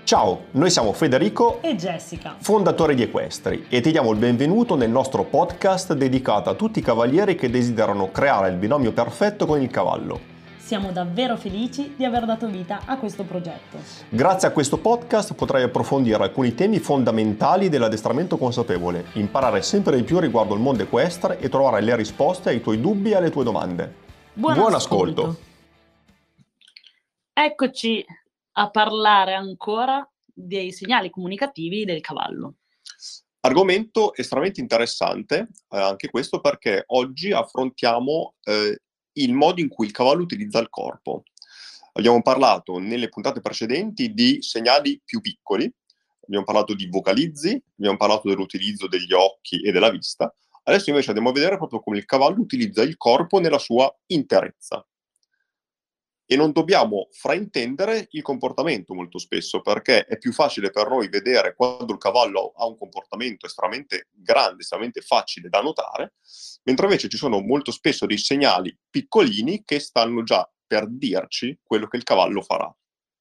Ciao, noi siamo Federico e Jessica, fondatori di Equestri, e ti diamo il benvenuto nel nostro podcast dedicato a tutti i cavalieri che desiderano creare il binomio perfetto con il cavallo. Siamo davvero felici di aver dato vita a questo progetto. Grazie a questo podcast potrai approfondire alcuni temi fondamentali dell'addestramento consapevole, imparare sempre di più riguardo il mondo equestre e trovare le risposte ai tuoi dubbi e alle tue domande. Buon ascolto! Eccoci a parlare ancora dei segnali comunicativi del cavallo. Argomento estremamente interessante, anche questo, perché oggi affrontiamo il modo in cui il cavallo utilizza il corpo. Abbiamo parlato nelle puntate precedenti di segnali più piccoli, abbiamo parlato di vocalizzi, abbiamo parlato dell'utilizzo degli occhi e della vista. Adesso invece andiamo a vedere proprio come il cavallo utilizza il corpo nella sua interezza. E non dobbiamo fraintendere il comportamento molto spesso, perché è più facile per noi vedere quando il cavallo ha un comportamento estremamente grande, estremamente facile da notare, mentre invece ci sono molto spesso dei segnali piccolini che stanno già per dirci quello che il cavallo farà.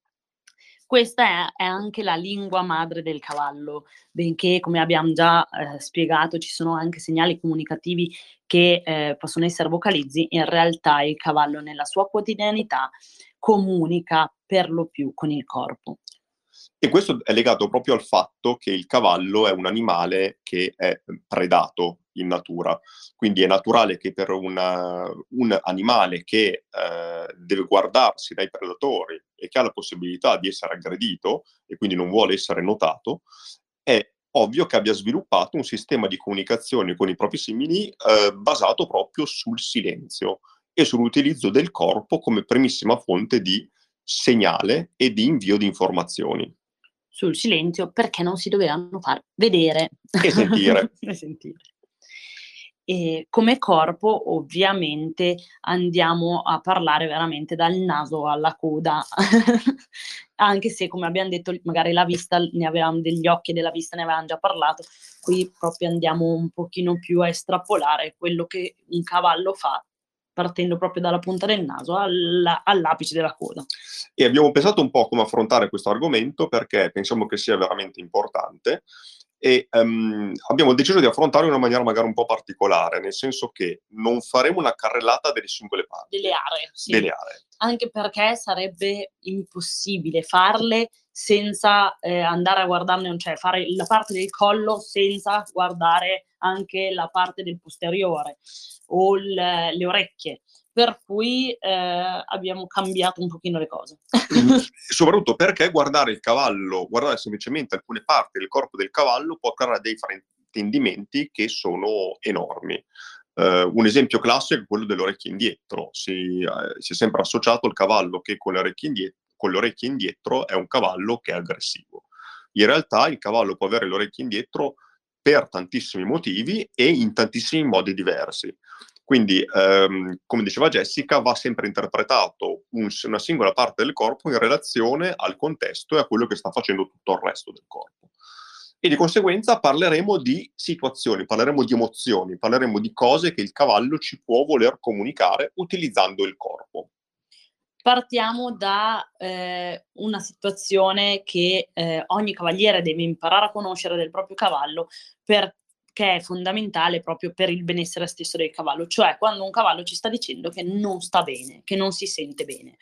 Questa è anche la lingua madre del cavallo, benché, come abbiamo già spiegato, ci sono anche segnali comunicativi che possono essere vocalizzi. In realtà il cavallo nella sua quotidianità comunica per lo più con il corpo. E questo è legato proprio al fatto che il cavallo è un animale che è predato in natura, quindi è naturale che per un animale che deve guardarsi dai predatori e che ha la possibilità di essere aggredito e quindi non vuole essere notato, è ovvio che abbia sviluppato un sistema di comunicazione con i propri simili basato proprio sul silenzio e sull'utilizzo del corpo come primissima fonte di segnale e di invio di informazioni. Sul silenzio, perché non si dovevano far vedere E sentire. e sentire. E come corpo ovviamente andiamo a parlare veramente dal naso alla coda, anche se, come abbiamo detto, magari la vista ne avevamo, degli occhi e della vista ne avevamo già parlato. Qui proprio andiamo un pochino più a estrapolare quello che un cavallo fa, partendo proprio dalla punta del naso all'apice della coda. E abbiamo pensato un po' come affrontare questo argomento, perché pensiamo che sia veramente importante, e abbiamo deciso di affrontarlo in una maniera magari un po' particolare, nel senso che non faremo una carrellata delle singole parti. Delle aree, sì. Delle aree. Anche perché sarebbe impossibile farle senza andare a guardarne, cioè fare la parte del collo senza guardare anche la parte del posteriore o le orecchie. Per cui abbiamo cambiato un pochino le cose. Soprattutto perché guardare semplicemente alcune parti del corpo del cavallo può creare dei fraintendimenti che sono enormi. Un esempio classico è quello delle orecchie indietro. Si è sempre associato il cavallo che con le orecchie indietro è un cavallo che è aggressivo. In realtà il cavallo può avere le orecchie indietro per tantissimi motivi e in tantissimi modi diversi. Quindi, come diceva Jessica, va sempre interpretato una singola parte del corpo in relazione al contesto e a quello che sta facendo tutto il resto del corpo. E di conseguenza parleremo di situazioni, parleremo di emozioni, parleremo di cose che il cavallo ci può voler comunicare utilizzando il corpo. Partiamo da una situazione che ogni cavaliere deve imparare a conoscere del proprio cavallo, perché è fondamentale proprio per il benessere stesso del cavallo, cioè quando un cavallo ci sta dicendo che non sta bene, che non si sente bene.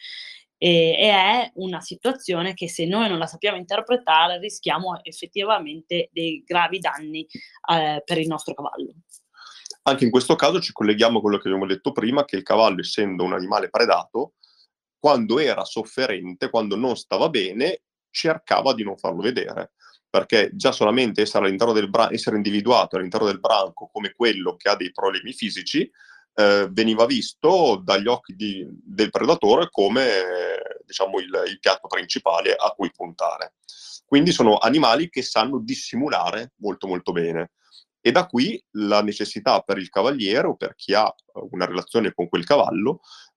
E è una situazione che, se noi non la sappiamo interpretare, rischiamo effettivamente dei gravi danni per il nostro cavallo. Anche in questo caso ci colleghiamo a quello che abbiamo detto prima, che il cavallo, essendo un animale predato, quando era sofferente, quando non stava bene, cercava di non farlo vedere, perché già solamente essere essere individuato all'interno del branco come quello che ha dei problemi fisici, veniva visto dagli occhi del predatore come diciamo il piatto principale a cui puntare. Quindi sono animali che sanno dissimulare molto molto bene. E da qui la necessità per il cavaliere o per chi ha una relazione con quel cavallo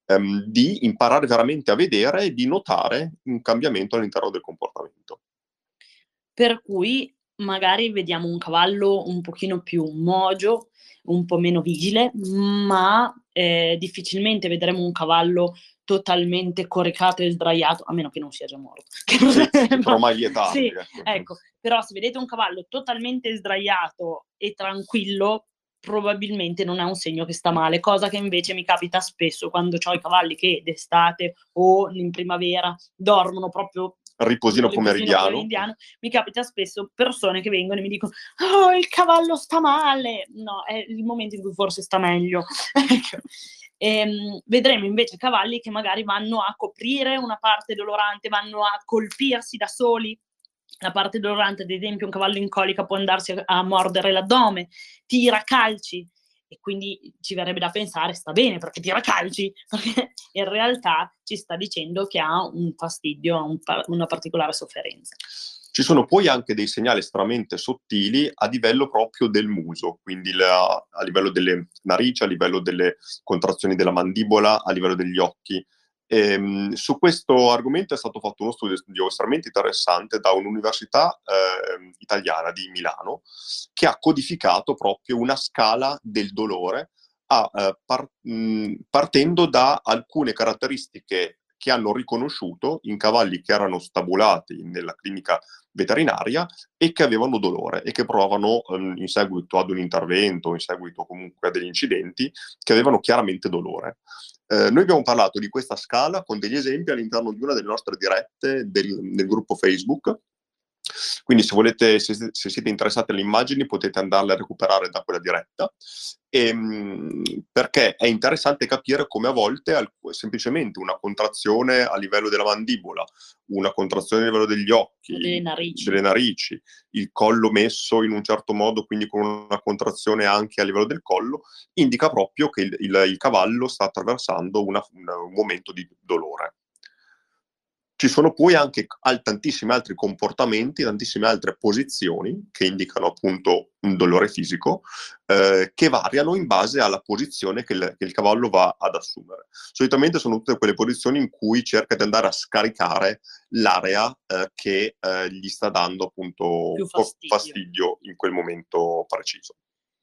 di imparare veramente a vedere e di notare un cambiamento all'interno del comportamento. Per cui magari vediamo un cavallo un pochino più mogio, un po' meno vigile, ma difficilmente vedremo un cavallo totalmente coricato e sdraiato, a meno che non sia già morto. Sì, però mai vietato. Sì, ecco, però se vedete un cavallo totalmente sdraiato e tranquillo, probabilmente non è un segno che sta male, cosa che invece mi capita spesso quando ho i cavalli che d'estate o in primavera dormono proprio Riposino pomeridiano. Mi capita spesso persone che vengono e mi dicono: "Oh, il cavallo sta male!" No, è il momento in cui forse sta meglio. Ecco. Vedremo invece cavalli che magari vanno a coprire una parte dolorante, vanno a colpirsi da soli la parte dolorante. Ad esempio un cavallo in colica può andarsi a mordere l'addome, tira calci, e quindi ci verrebbe da pensare: sta bene perché tira calci, perché in realtà ci sta dicendo che ha un fastidio, una particolare sofferenza. Ci sono poi anche dei segnali estremamente sottili a livello proprio del muso, quindi a livello delle narici, a livello delle contrazioni della mandibola, a livello degli occhi. Su questo argomento è stato fatto uno studio estremamente interessante da un'università italiana di Milano, che ha codificato proprio una scala del dolore partendo da alcune caratteristiche che hanno riconosciuto in cavalli che erano stabulati nella clinica veterinaria e che avevano dolore e che provavano in seguito ad un intervento, in seguito comunque a degli incidenti, che avevano chiaramente dolore. Noi abbiamo parlato di questa scala con degli esempi all'interno di una delle nostre dirette del gruppo Facebook. Quindi se siete interessati alle immagini potete andarle a recuperare da quella diretta, perché è interessante capire come a volte semplicemente una contrazione a livello della mandibola, una contrazione a livello degli occhi, delle narici, il collo messo in un certo modo, quindi con una contrazione anche a livello del collo, indica proprio che il cavallo sta attraversando un momento di dolore. Ci sono poi anche tantissimi altri comportamenti, tantissime altre posizioni che indicano appunto un dolore fisico, che variano in base alla posizione che il cavallo va ad assumere. Solitamente sono tutte quelle posizioni in cui cerca di andare a scaricare l'area che gli sta dando appunto fastidio in quel momento preciso.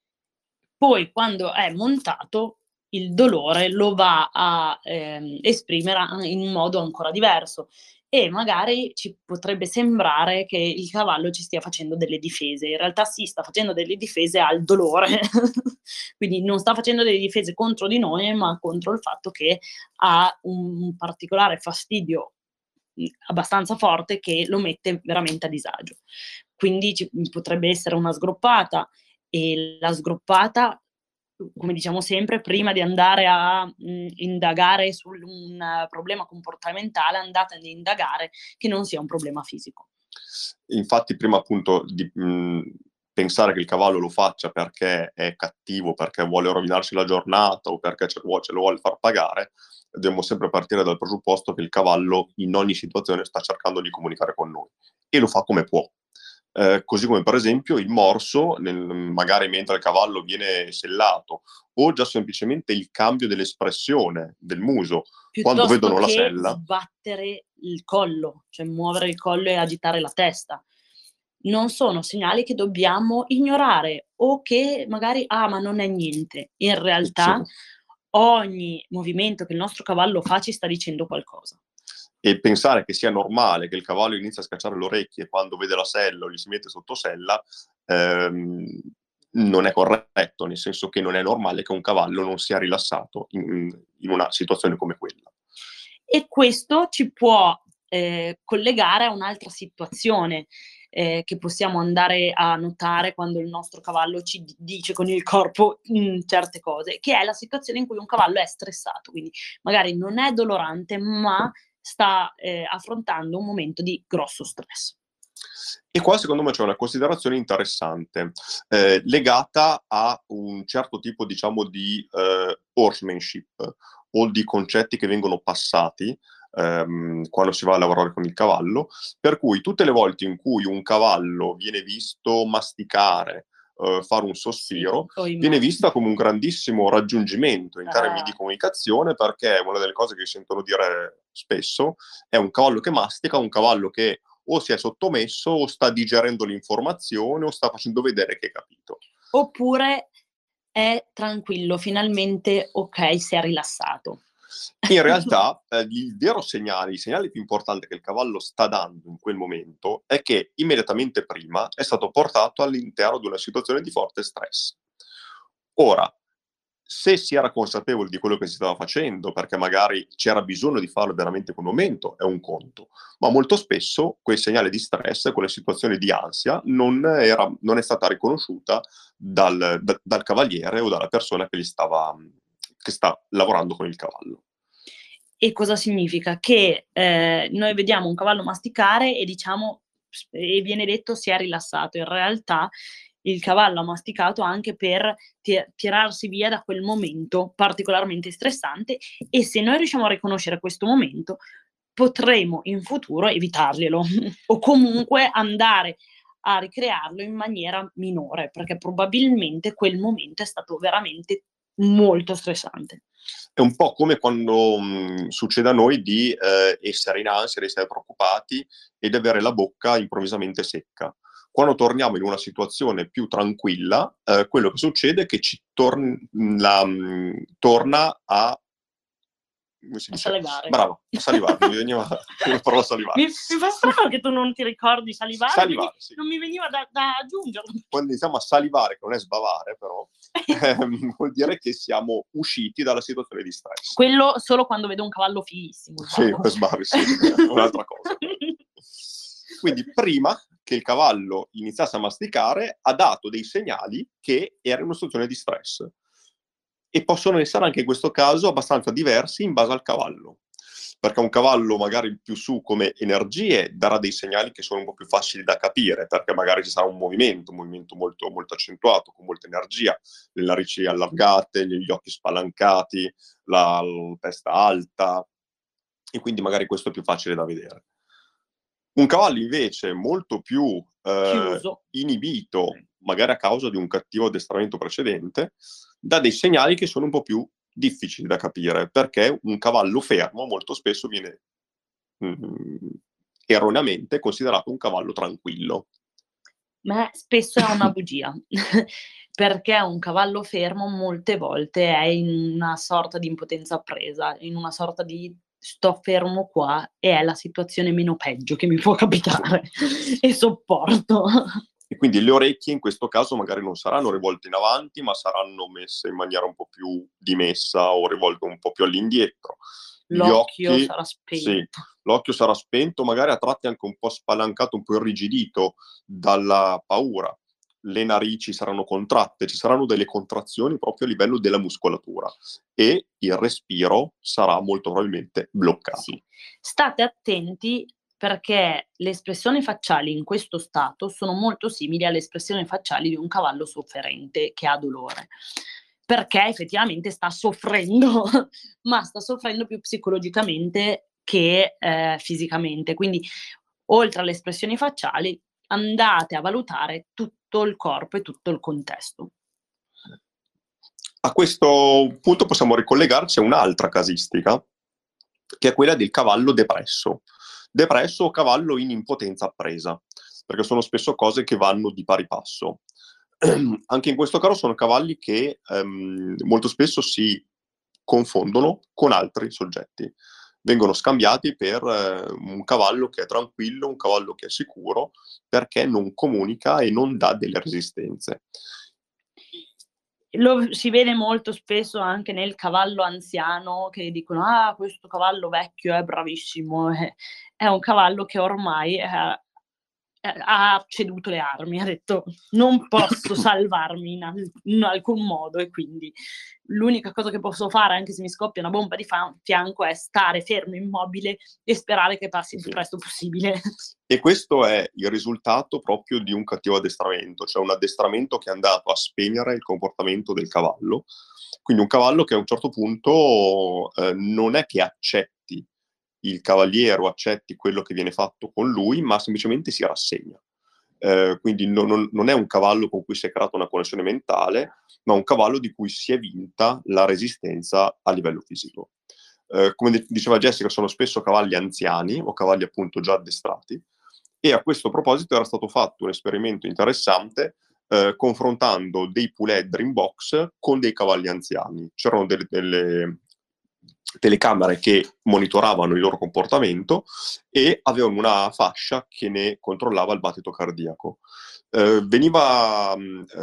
Poi quando è montato, il dolore lo va a esprimere in un modo ancora diverso, e magari ci potrebbe sembrare che il cavallo ci stia facendo delle difese. In realtà sì, sta facendo delle difese al dolore, quindi non sta facendo delle difese contro di noi, ma contro il fatto che ha un particolare fastidio abbastanza forte che lo mette veramente a disagio. Quindi potrebbe essere una sgroppata, e la sgroppata, come diciamo sempre, prima di andare a indagare su un problema comportamentale, andate ad indagare che non sia un problema fisico. Infatti prima appunto di pensare che il cavallo lo faccia perché è cattivo, perché vuole rovinarsi la giornata o perché ce lo vuole far pagare, dobbiamo sempre partire dal presupposto che il cavallo in ogni situazione sta cercando di comunicare con noi e lo fa come può. Così come per esempio il morso, magari mentre il cavallo viene sellato, o già semplicemente il cambio dell'espressione del muso quando vedono la sella. Sbattere il collo, cioè muovere il collo e agitare la testa, non sono segnali che dobbiamo ignorare o che magari ma non è niente. In realtà ogni movimento che il nostro cavallo fa ci sta dicendo qualcosa. E pensare che sia normale che il cavallo inizia a scacciare le orecchie quando vede la sella o gli si mette sotto sella, non è corretto, nel senso che non è normale che un cavallo non sia rilassato in una situazione come quella. E questo ci può collegare a un'altra situazione che possiamo andare a notare quando il nostro cavallo ci dice con il corpo certe cose, che è la situazione in cui un cavallo è stressato, quindi magari non è dolorante, ma sta affrontando un momento di grosso stress. E qua secondo me c'è una considerazione interessante, legata a un certo tipo, diciamo, di horsemanship o di concetti che vengono passati quando si va a lavorare con il cavallo, per cui tutte le volte in cui un cavallo viene visto masticare, fare un sospiro, viene vista come un grandissimo raggiungimento in termini di comunicazione, perché una delle cose che si sentono dire spesso è un cavallo che mastica, un cavallo che o si è sottomesso o sta digerendo l'informazione o sta facendo vedere che è capito. Oppure è tranquillo, finalmente si è rilassato. In realtà il vero segnale, il segnale più importante che il cavallo sta dando in quel momento è che immediatamente prima è stato portato all'interno di una situazione di forte stress. Ora, se si era consapevoli di quello che si stava facendo, perché magari c'era bisogno di farlo veramente in quel momento, è un conto, ma molto spesso quel segnale di stress, quella situazione di ansia, non è stata riconosciuta dal cavaliere o dalla persona che sta lavorando con il cavallo. E cosa significa? Che noi vediamo un cavallo masticare e diciamo, e viene detto si è rilassato. In realtà il cavallo ha masticato anche per tirarsi via da quel momento particolarmente stressante, e se noi riusciamo a riconoscere questo momento potremo in futuro evitarglielo o comunque andare a ricrearlo in maniera minore, perché probabilmente quel momento è stato veramente molto stressante. È un po' come quando succede a noi di essere in ansia, di essere preoccupati e di avere la bocca improvvisamente secca. Quando torniamo in una situazione più tranquilla, quello che succede è che ci torna a... come si A dice? salivare. Bravo, a salivare, mi veniva la parola salivare. Mi fa strano che tu non ti ricordi salivare, Salivare, sì. non mi veniva da aggiungerlo. Quando iniziamo a salivare, che non è sbavare però, vuol dire che siamo usciti dalla situazione di stress. Quello solo quando vedo un cavallo fighissimo. Sì, come sbavi, sì, è un'altra cosa. Quindi prima che il cavallo iniziasse a masticare, ha dato dei segnali che era in una situazione di stress. E possono essere anche in questo caso abbastanza diversi in base al cavallo. Perché un cavallo magari più su come energie darà dei segnali che sono un po' più facili da capire, perché magari ci sarà un movimento molto, molto accentuato, con molta energia, le narici allargate, gli occhi spalancati, la testa alta, e quindi magari questo è più facile da vedere. Un cavallo invece molto più Chiuso. inibito, magari a causa di un cattivo addestramento precedente, dà dei segnali che sono un po' più difficili da capire, perché un cavallo fermo molto spesso viene erroneamente considerato un cavallo tranquillo. Ma spesso è una bugia, perché un cavallo fermo molte volte è in una sorta di impotenza appresa, in una sorta di sto fermo qua e è la situazione meno peggio che mi può capitare e sopporto. E quindi le orecchie in questo caso magari non saranno rivolte in avanti, ma saranno messe in maniera un po' più dimessa o rivolte un po' più all'indietro. Gli L'occhio occhi, sarà sì, spento. l'occhio sarà spento, magari a tratti anche un po' spalancato, un po' irrigidito dalla paura. Le narici saranno contratte, ci saranno delle contrazioni proprio a livello della muscolatura e il respiro sarà molto probabilmente bloccato. Sì. State attenti perché le espressioni facciali in questo stato sono molto simili alle espressioni facciali di un cavallo sofferente che ha dolore, perché effettivamente sta soffrendo, ma sta soffrendo più psicologicamente che fisicamente. Quindi, oltre alle espressioni facciali, andate a valutare tutto il corpo e tutto il contesto. A questo punto possiamo ricollegarci a un'altra casistica, che è quella del cavallo depresso. Depresso o cavallo in impotenza appresa, perché sono spesso cose che vanno di pari passo. Anche in questo caso sono cavalli che molto spesso si confondono con altri soggetti. Vengono scambiati per un cavallo che è tranquillo, un cavallo che è sicuro, perché non comunica e non dà delle resistenze. Lo si vede molto spesso anche nel cavallo anziano che dicono: "Ah, questo cavallo vecchio è bravissimo", è un cavallo che ormai ha ceduto le armi, ha detto: "Non posso salvarmi in alcun modo e quindi l'unica cosa che posso fare, anche se mi scoppia una bomba di fianco, è stare fermo, immobile e sperare che passi il più presto possibile". E questo è il risultato proprio di un cattivo addestramento, cioè un addestramento che è andato a spegnere il comportamento del cavallo. Quindi un cavallo che a un certo punto non è che accetti il cavaliere o accetti quello che viene fatto con lui, ma semplicemente si rassegna. Quindi non è un cavallo con cui si è creata una connessione mentale, ma un cavallo di cui si è vinta la resistenza a livello fisico. Come diceva Jessica, sono spesso cavalli anziani o cavalli appunto già addestrati, e a questo proposito era stato fatto un esperimento interessante confrontando dei puledri in box con dei cavalli anziani. C'erano telecamere che monitoravano il loro comportamento e avevano una fascia che ne controllava il battito cardiaco. Veniva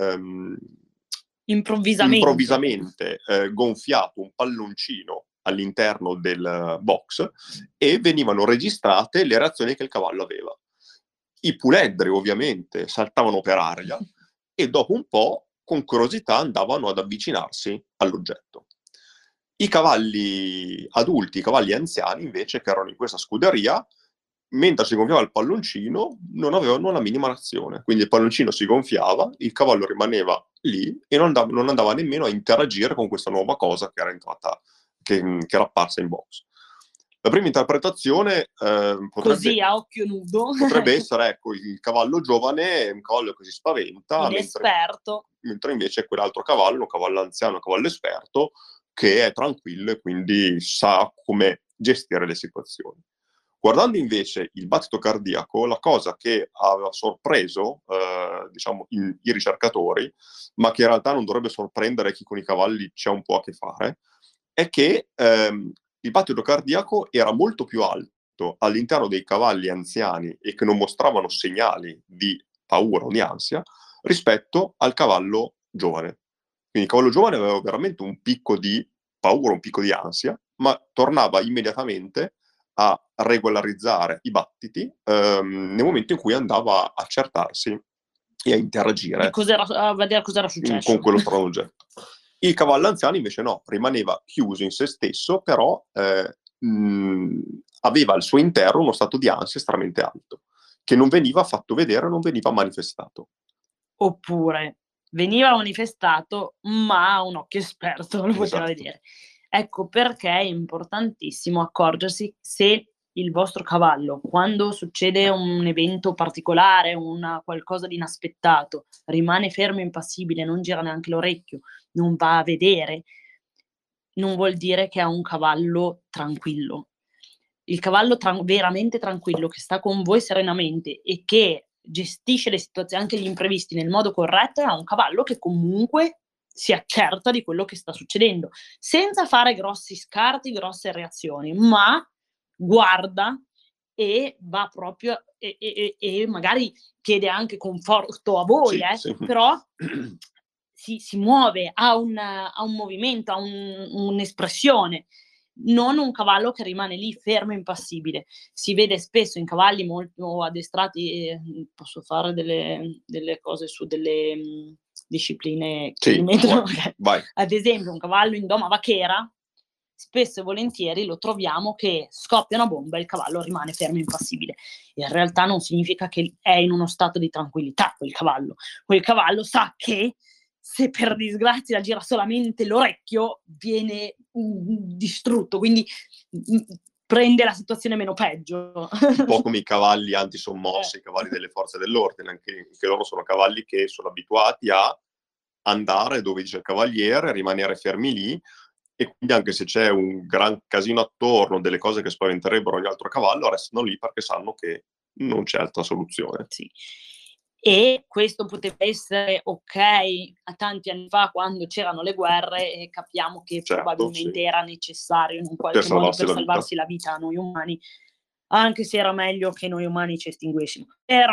improvvisamente gonfiato un palloncino all'interno del box e venivano registrate le reazioni che il cavallo aveva. I puledri ovviamente saltavano per aria e dopo un po', con curiosità, andavano ad avvicinarsi all'oggetto. I cavalli adulti, i cavalli anziani, invece, che erano in questa scuderia, mentre si gonfiava il palloncino, non avevano la minima reazione. Quindi il palloncino si gonfiava, il cavallo rimaneva lì e non andava nemmeno a interagire con questa nuova cosa che era entrata, che era apparsa in box. La prima interpretazione così a occhio nudo potrebbe essere, ecco, il cavallo giovane è un cavallo che si spaventa, mentre invece quell'altro cavallo, un cavallo anziano, un cavallo esperto, che è tranquillo e quindi sa come gestire le situazioni. Guardando invece il battito cardiaco, la cosa che aveva sorpreso diciamo, i ricercatori, ma che in realtà non dovrebbe sorprendere chi con i cavalli c'è un po' a che fare, è che il battito cardiaco era molto più alto all'interno dei cavalli anziani e che non mostravano segnali di paura o di ansia rispetto al cavallo giovane. Quindi il cavallo giovane aveva veramente un picco di paura, un picco di ansia, ma tornava immediatamente a regolarizzare i battiti nel momento in cui andava a accertarsi e a interagire a vedere cosa era successo con quello strano oggetto. Il cavallo anziano invece no, rimaneva chiuso in se stesso, però aveva al suo interno uno stato di ansia estremamente alto, che non veniva fatto vedere, non veniva manifestato. Oppure veniva manifestato, ma un occhio esperto lo poteva vedere. Ecco perché è importantissimo accorgersi se il vostro cavallo, quando succede un evento particolare, qualcosa di inaspettato, rimane fermo e impassibile, non gira neanche l'orecchio, non va a vedere, non vuol dire che è un cavallo tranquillo. Il cavallo veramente tranquillo, che sta con voi serenamente e che gestisce le situazioni, anche gli imprevisti, nel modo corretto, è un cavallo che comunque si accerta di quello che sta succedendo, senza fare grossi scarti, grosse reazioni, ma guarda e va proprio e magari chiede anche conforto a voi, sì. Però si muove, ha un movimento, ha un'espressione. Non un cavallo che rimane lì fermo e impassibile. Si vede spesso in cavalli molto addestrati, posso fare delle cose su delle discipline che mi mettono. Vai. Ad esempio, un cavallo in doma vaquera, spesso e volentieri lo troviamo che scoppia una bomba e il cavallo rimane fermo e impassibile. In realtà non significa che è in uno stato di tranquillità quel cavallo. Quel cavallo sa che se per disgrazia gira solamente l'orecchio viene distrutto, quindi prende la situazione meno peggio. Un po' come i cavalli antisommossi, i cavalli delle forze dell'ordine, anche loro sono cavalli che sono abituati a andare dove dice il cavaliere, rimanere fermi lì, e quindi anche se c'è un gran casino attorno, delle cose che spaventerebbero ogni altro cavallo, restano lì perché sanno che non c'è altra soluzione. Sì. E questo poteva essere ok a tanti anni fa, quando c'erano le guerre, e capiamo che probabilmente era necessario in un qualche modo per salvarsi la vita a noi umani, anche se era meglio che noi umani ci estinguessimo. Però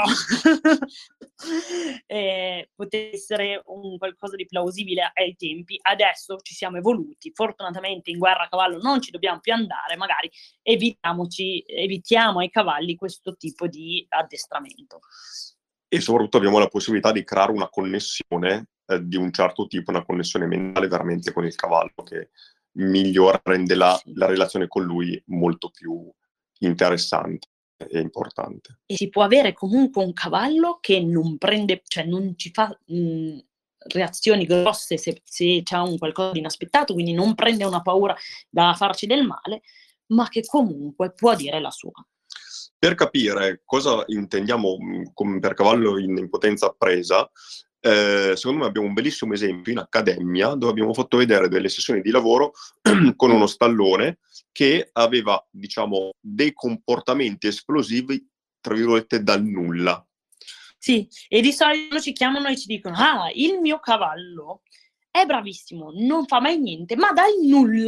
poteva essere un qualcosa di plausibile ai tempi. Adesso ci siamo evoluti, fortunatamente in guerra a cavallo non ci dobbiamo più andare, magari evitiamo ai cavalli questo tipo di addestramento. E soprattutto abbiamo la possibilità di creare una connessione di un certo tipo, una connessione mentale veramente con il cavallo, che migliora, rende la relazione con lui molto più interessante e importante. E si può avere comunque un cavallo che non prende, cioè non ci fa reazioni grosse se c'è un qualcosa di inaspettato, quindi non prende una paura da farci del male, ma che comunque può dire la sua. Per capire cosa intendiamo per cavallo in potenza appresa, secondo me abbiamo un bellissimo esempio in accademia, dove abbiamo fatto vedere delle sessioni di lavoro con uno stallone che aveva, diciamo, dei comportamenti esplosivi, tra virgolette, dal nulla. Sì, e di solito ci chiamano e ci dicono: il mio cavallo è bravissimo, non fa mai niente, ma dal nulla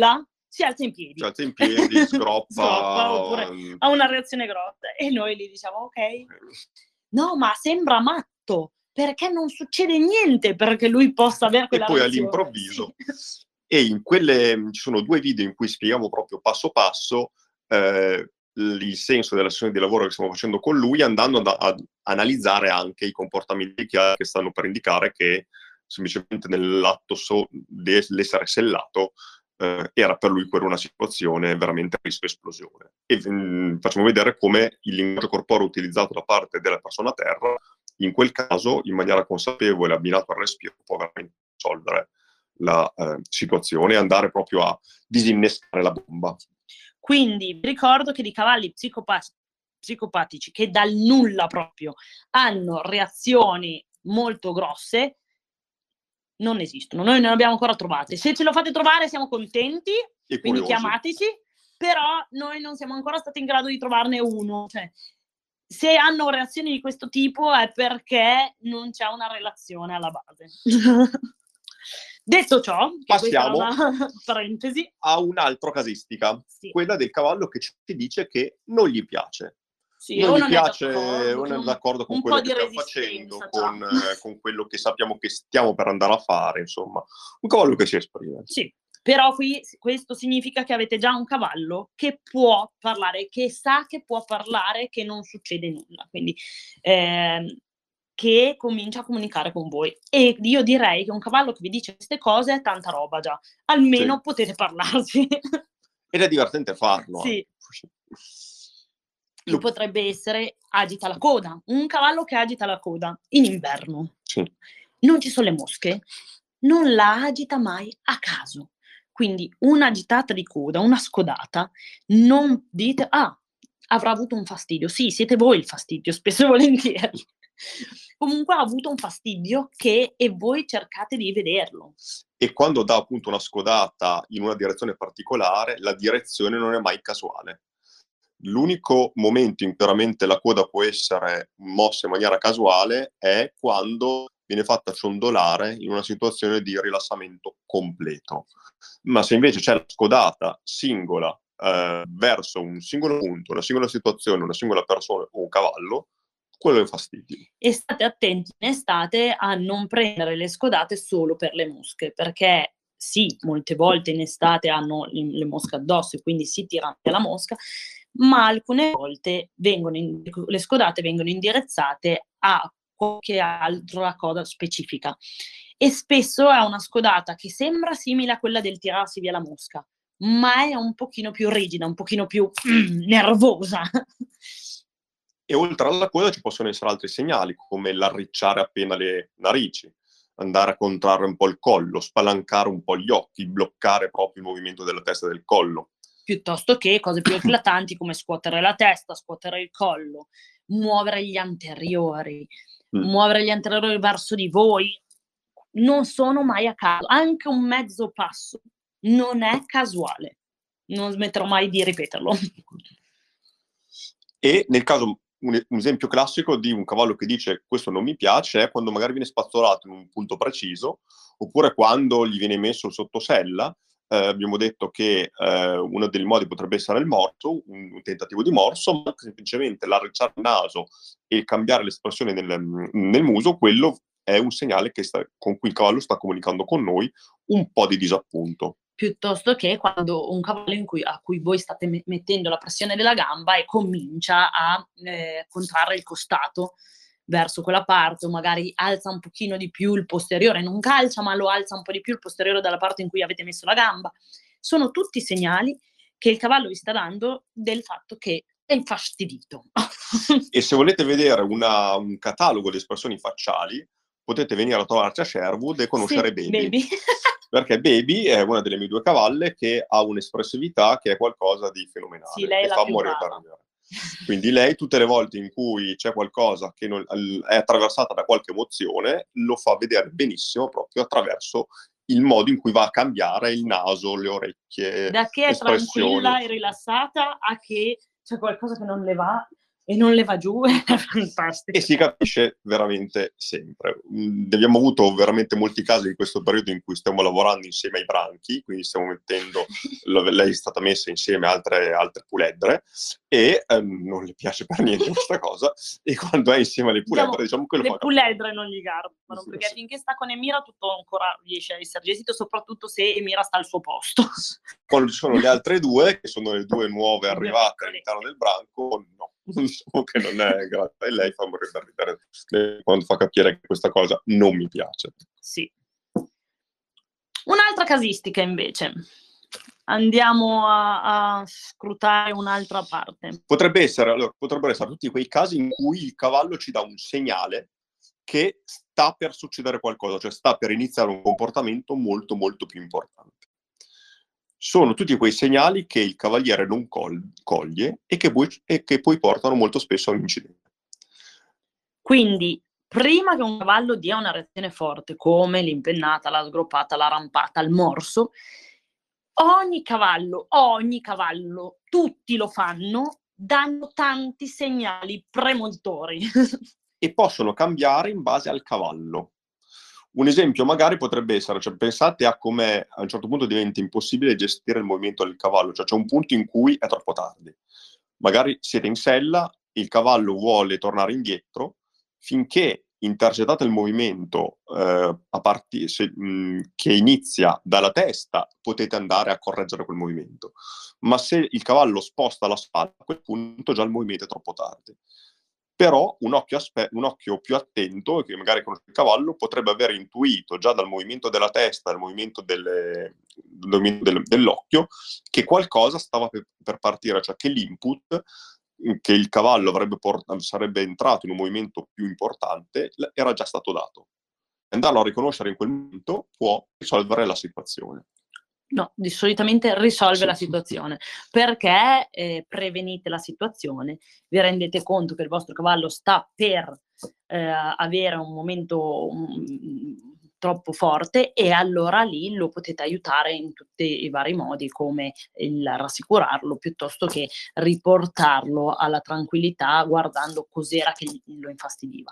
si alza in piedi. Si alza in piedi, sgroppa. Oppure ha una reazione grossa. E noi gli diciamo, ok, no, ma sembra matto, perché non succede niente perché lui possa avere quella reazione. E poi all'improvviso. Sì. E ci sono 2 video in cui spieghiamo proprio passo passo il senso della sessione di lavoro che stiamo facendo con lui, andando ad analizzare anche i comportamenti che stanno per indicare che semplicemente nell'atto dell'essere sellato era per lui quella una situazione veramente a rischio esplosione. E facciamo vedere come il linguaggio corporeo utilizzato da parte della persona a terra, in quel caso, in maniera consapevole, abbinato al respiro, può veramente risolvere la situazione e andare proprio a disinnescare la bomba. Quindi vi ricordo che di cavalli psicopatici che dal nulla proprio hanno reazioni molto grosse non esistono, noi non le abbiamo ancora trovate. Se ce lo fate trovare siamo contenti, E quindi curiosi. chiamateci, però noi non siamo ancora stati in grado di trovarne uno. Cioè, se hanno reazioni di questo tipo è perché non c'è una relazione alla base. Detto ciò, che passiamo questa era una parentesi, a un'altra casistica, sì. Quella del cavallo che ci dice che non gli piace. Sì, non o gli non piace, non non è d'accordo con un quello po' che di stiamo resistenza facendo, già. con quello che sappiamo che stiamo per andare a fare, insomma. Un cavallo che si esprime. Sì, però qui questo significa che avete già un cavallo che può parlare, che sa che può parlare, che non succede nulla, quindi che comincia a comunicare con voi. E io direi che un cavallo che vi dice queste cose è tanta roba già, almeno Sì. potete parlarci. Ed è divertente farlo. Sì. Che potrebbe essere agita la coda. Un cavallo che agita la coda in inverno. Sì. Non ci sono le mosche, non la agita mai a caso. Quindi un'agitata di coda, una scodata, non dite, avrà avuto un fastidio. Sì, siete voi il fastidio, spesso e volentieri. Comunque ha avuto un fastidio e voi cercate di vederlo. E quando dà appunto una scodata in una direzione particolare, la direzione non è mai casuale. L'unico momento in cui veramente la coda può essere mossa in maniera casuale è quando viene fatta ciondolare in una situazione di rilassamento completo. Ma se invece c'è la scodata singola verso un singolo punto, una singola situazione, una singola persona o un cavallo, quello è fastidio. E state attenti in estate a non prendere le scodate solo per le mosche, perché sì, molte volte in estate hanno le mosche addosso e quindi si tira anche la mosca, ma alcune volte le scodate vengono indirizzate a qualche altra cosa specifica. E spesso è una scodata che sembra simile a quella del tirarsi via la mosca, ma è un pochino più rigida, un pochino più nervosa. E oltre alla coda ci possono essere altri segnali, come l'arricciare appena le narici, andare a contrarre un po' il collo, spalancare un po' gli occhi, bloccare proprio il movimento della testa e del collo. Piuttosto che cose più eclatanti come scuotere la testa, scuotere il collo, muovere gli anteriori, muovere gli anteriori verso di voi. Non sono mai a caso. Anche un mezzo passo non è casuale. Non smetterò mai di ripeterlo. E nel caso, un esempio classico di un cavallo che dice questo non mi piace è quando magari viene spazzolato in un punto preciso, oppure quando gli viene messo il sottosella. Abbiamo detto che uno dei modi potrebbe essere il morso, un tentativo di morso, ma semplicemente l'arricciare il naso e cambiare l'espressione nel muso, quello è un segnale con cui il cavallo sta comunicando con noi un po' di disappunto. Piuttosto che quando un cavallo a cui voi state mettendo la pressione della gamba e comincia a contrarre il costato verso quella parte, o magari alza un pochino di più il posteriore, non calcia ma lo alza un po' di più il posteriore dalla parte in cui avete messo la gamba. Sono tutti segnali che il cavallo vi sta dando del fatto che è infastidito. E se volete vedere un catalogo di espressioni facciali, potete venire a trovarci a Sherwood e conoscere Baby. Perché Baby è una delle mie 2 cavalle che ha un'espressività che è qualcosa di fenomenale. Sì, lei è e la fa più morire brava. da ridere. Quindi lei, tutte le volte in cui c'è qualcosa che è attraversata da qualche emozione, lo fa vedere benissimo proprio attraverso il modo in cui va a cambiare il naso, le orecchie, Da che è espressioni. tranquilla e rilassata a che c'è qualcosa che non le va e non le va giù, è fantastico. E si capisce veramente sempre. Abbiamo avuto veramente molti casi in questo periodo in cui stiamo lavorando insieme ai branchi, quindi stiamo mettendo, lei è stata messa insieme a altre puledre e non le piace per niente questa cosa, e quando è insieme alle puledre diciamo che lo fa le puledre non gli garbano, perché finché sta con Emira tutto ancora riesce a essere gestito, soprattutto se Emira sta al suo posto. Quando ci sono le altre due, che sono le due nuove arrivate all'interno del branco, no, diciamo che non è grata, e lei fa morire da ridere quando fa capire che questa cosa non mi piace. Sì. Un'altra casistica invece. Andiamo a scrutare un'altra parte. Potrebbero essere tutti quei casi in cui il cavallo ci dà un segnale che sta per succedere qualcosa, cioè sta per iniziare un comportamento molto molto più importante. Sono tutti quei segnali che il cavaliere non coglie e che poi portano molto spesso a un incidente. Quindi, prima che un cavallo dia una reazione forte, come l'impennata, la sgroppata, la rampata, il morso, ogni cavallo, tutti lo fanno, danno tanti segnali premonitori. E possono cambiare in base al cavallo. Un esempio magari potrebbe essere, cioè, pensate a come a un certo punto diventa impossibile gestire il movimento del cavallo, cioè c'è un punto in cui è troppo tardi. Magari siete in sella, il cavallo vuole tornare indietro, finché intercettate il movimento che inizia dalla testa, potete andare a correggere quel movimento. Ma se il cavallo sposta la spalla, a quel punto già il movimento è troppo tardi. Però un occhio più attento, che magari conosce il cavallo, potrebbe aver intuito già dal movimento della testa, dal movimento dell'occhio, che qualcosa stava per partire, cioè che l'input che il cavallo sarebbe entrato in un movimento più importante era già stato dato. Andarlo a riconoscere in quel momento può risolvere la situazione. No, solitamente risolve la situazione, perché prevenite la situazione, vi rendete conto che il vostro cavallo sta per avere un momento troppo forte, e allora lì lo potete aiutare in tutti i vari modi, come il rassicurarlo piuttosto che riportarlo alla tranquillità guardando cos'era che lo infastidiva.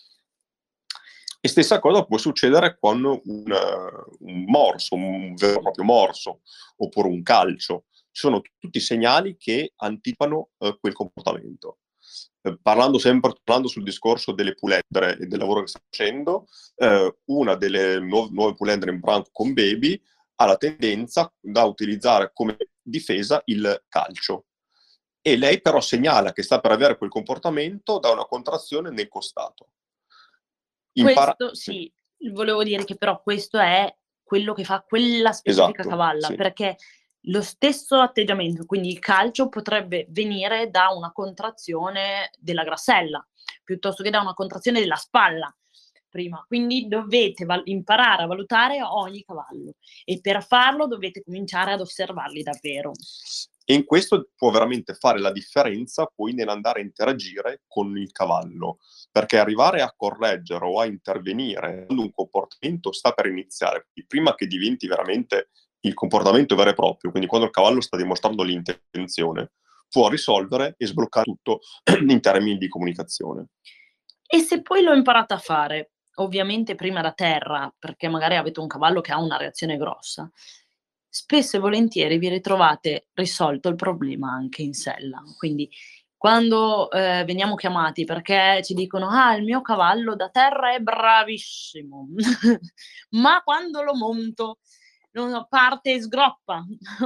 E stessa cosa può succedere con un morso, un vero e proprio morso, oppure un calcio. Ci sono tutti segnali che anticipano quel comportamento. Parlando sul discorso delle puledre e del lavoro che sta facendo, una delle nuove puledre in branco con Baby ha la tendenza da utilizzare come difesa il calcio. E lei però segnala che sta per avere quel comportamento da una contrazione nel costato. Questo sì, volevo dire che però questo è quello che fa quella specifica cavalla, perché lo stesso atteggiamento, quindi il calcio, potrebbe venire da una contrazione della grassella, piuttosto che da una contrazione della spalla prima. Quindi dovete imparare a valutare ogni cavallo, e per farlo dovete cominciare ad osservarli davvero. E in questo può veramente fare la differenza poi nell'andare a interagire con il cavallo, perché arrivare a correggere o a intervenire quando un comportamento sta per iniziare, prima che diventi veramente il comportamento vero e proprio, quindi quando il cavallo sta dimostrando l'intenzione, può risolvere e sbloccare tutto in termini di comunicazione. E se poi lo imparate a fare, ovviamente prima da terra, perché magari avete un cavallo che ha una reazione grossa, spesso e volentieri vi ritrovate risolto il problema anche in sella. Quindi quando veniamo chiamati perché ci dicono: "Ah, il mio cavallo da terra è bravissimo, ma quando lo monto parte e sgroppa",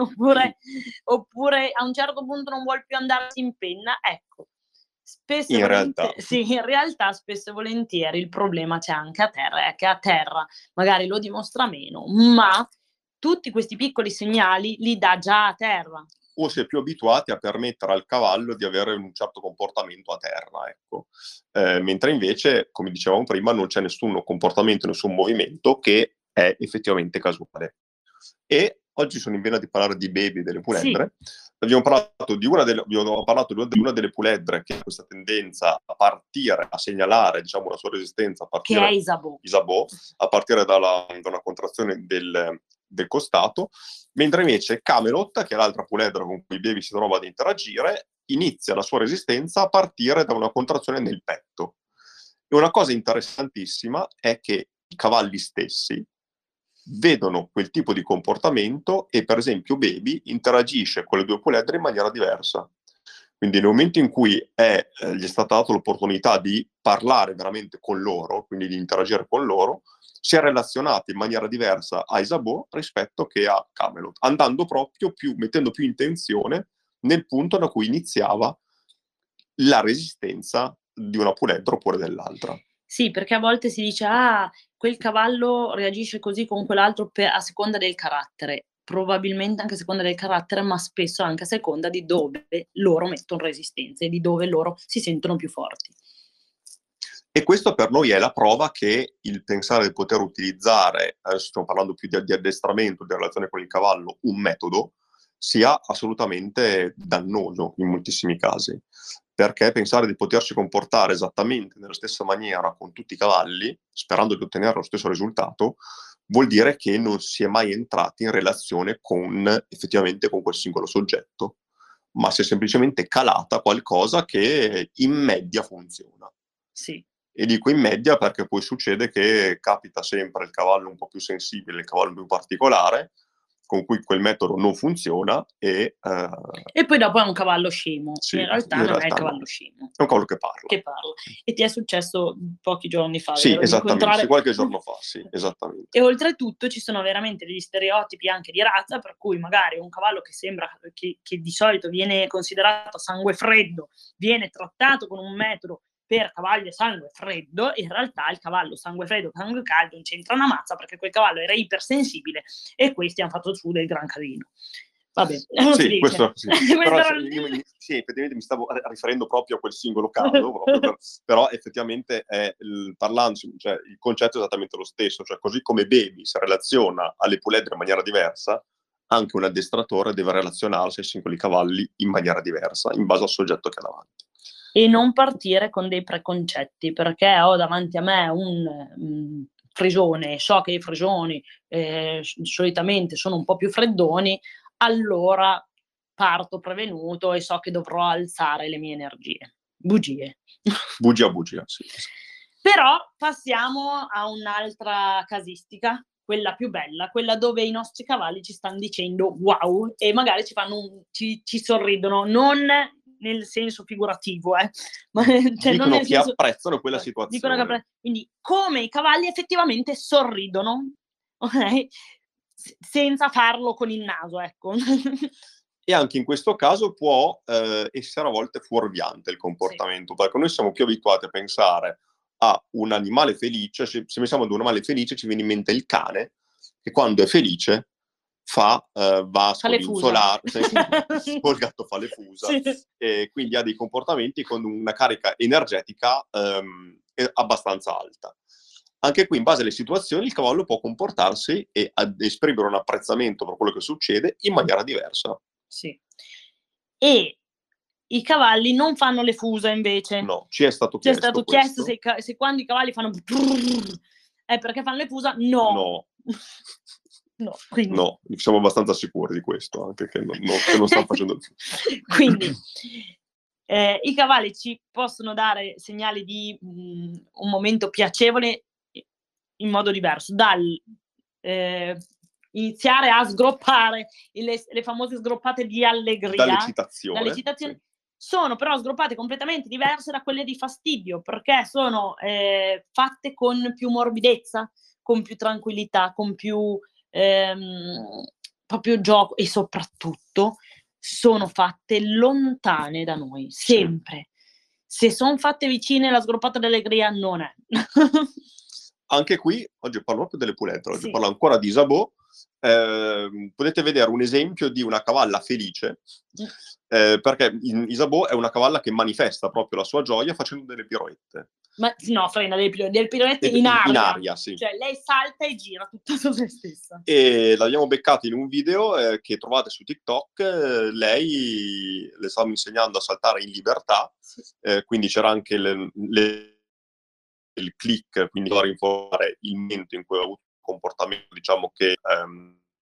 oppure a un certo punto non vuol più andarsi in penna. Ecco, in realtà spesso e volentieri il problema c'è anche a terra, è che a terra magari lo dimostra meno, ma tutti questi piccoli segnali li dà già a terra. O si è più abituati a permettere al cavallo di avere un certo comportamento a terra, ecco. Mentre invece, come dicevamo prima, non c'è nessun comportamento, nessun movimento che è effettivamente casuale. E oggi sono in vena di parlare di Baby, delle puledre. Abbiamo parlato di una delle puledre che ha questa tendenza a partire, a segnalare, diciamo, la sua resistenza a partire, che è Isabeau, a partire da una contrazione del costato, mentre invece Camelot, che è l'altra puledra con cui Baby si trova ad interagire, inizia la sua resistenza a partire da una contrazione nel petto. E una cosa interessantissima è che i cavalli stessi vedono quel tipo di comportamento e, per esempio, Baby interagisce con le due puledre in maniera diversa. Quindi nel momento in cui gli è stata data l'opportunità di parlare veramente con loro, quindi di interagire con loro, si è relazionata in maniera diversa a Isabeau rispetto che a Camelot, andando proprio mettendo più intenzione nel punto da cui iniziava la resistenza di una puledra oppure dell'altra. Sì, perché a volte si dice, quel cavallo reagisce così con quell'altro a seconda del carattere. Probabilmente anche a seconda del carattere, ma spesso anche a seconda di dove loro mettono resistenza e di dove loro si sentono più forti. E questo per noi è la prova che il pensare di poter utilizzare, adesso stiamo parlando più di addestramento, di relazione con il cavallo, un metodo, sia assolutamente dannoso in moltissimi casi. Perché pensare di potersi comportare esattamente nella stessa maniera con tutti i cavalli, sperando di ottenere lo stesso risultato, vuol dire che non si è mai entrati in relazione effettivamente con quel singolo soggetto, ma si è semplicemente calata qualcosa che in media funziona. Sì. E dico in media perché poi succede che capita sempre il cavallo un po' più sensibile, il cavallo più particolare, con cui quel metodo non funziona e poi dopo è un cavallo scemo. Sì, in realtà non è il cavallo scemo. È un cavallo che parla. E ti è successo pochi giorni fa, sì, vero? Esattamente, sì, qualche giorno fa, sì, esattamente. E oltretutto ci sono veramente degli stereotipi anche di razza, per cui magari un cavallo che sembra che di solito viene considerato sangue freddo, viene trattato con un metodo per cavalli a sangue freddo, in realtà il cavallo sangue freddo e sangue caldo non c'entra una mazza, perché quel cavallo era ipersensibile e questi hanno fatto su del gran casino. Vabbè, non si dice. Questo sì. Però, sì, effettivamente mi stavo riferendo proprio a quel singolo caso, però effettivamente parlando, cioè, il concetto è esattamente lo stesso, cioè così come Baby si relaziona alle puledre in maniera diversa, anche un addestratore deve relazionarsi ai singoli cavalli in maniera diversa, in base al soggetto che ha davanti. E non partire con dei preconcetti, perché ho davanti a me un frisone, so che i frisoni solitamente sono un po' più freddoni, allora parto prevenuto e so che dovrò alzare le mie energie. Bugie. Bugia, sì. Però passiamo a un'altra casistica, quella più bella, quella dove i nostri cavalli ci stanno dicendo wow e magari ci sorridono, non nel senso figurativo, ma cioè dicono che apprezzano quella situazione. Quindi come i cavalli effettivamente sorridono, ok? Senza farlo con il naso, ecco. E anche in questo caso può essere a volte fuorviante il comportamento, perché noi siamo più abituati a pensare a un animale felice, se pensiamo ad un animale felice ci viene in mente il cane, che quando è felice va a scodinzolare, o il gatto fa le fusa, sì. E quindi ha dei comportamenti con una carica energetica abbastanza alta. Anche qui, in base alle situazioni, il cavallo può comportarsi e esprimere un apprezzamento per quello che succede in maniera diversa. Sì. E i cavalli non fanno le fusa invece. No, ci è stato chiesto se quando i cavalli fanno è perché fanno le fusa? No. No, quindi... no, siamo abbastanza sicuri di questo, anche che non stanno facendo il fusa. Quindi i cavalli ci possono dare segnali di un momento piacevole in modo diverso, dal iniziare a sgroppare le famose sgroppate di allegria, dall'eccitazione sì. Sono però sgroppate completamente diverse da quelle di fastidio, perché sono fatte con più morbidezza, con più tranquillità, con più proprio gioco, e soprattutto sono fatte lontane da noi, sempre. Se sono fatte vicine, la sgroppata d'allegria non è. Anche qui, oggi parlo proprio delle puledre, oggi parlo ancora di Isabeau. Potete vedere un esempio di una cavalla felice, perché Isabeau è una cavalla che manifesta proprio la sua gioia facendo delle piroette. Ma no, frena, delle piroette in aria, sì. Cioè lei salta e gira tutta su se stessa. E l'abbiamo beccata in un video che trovate su TikTok. Lei le stava insegnando a saltare in libertà, sì. Quindi c'era anche il click, quindi fare il momento in cui ho avuto un comportamento, diciamo, che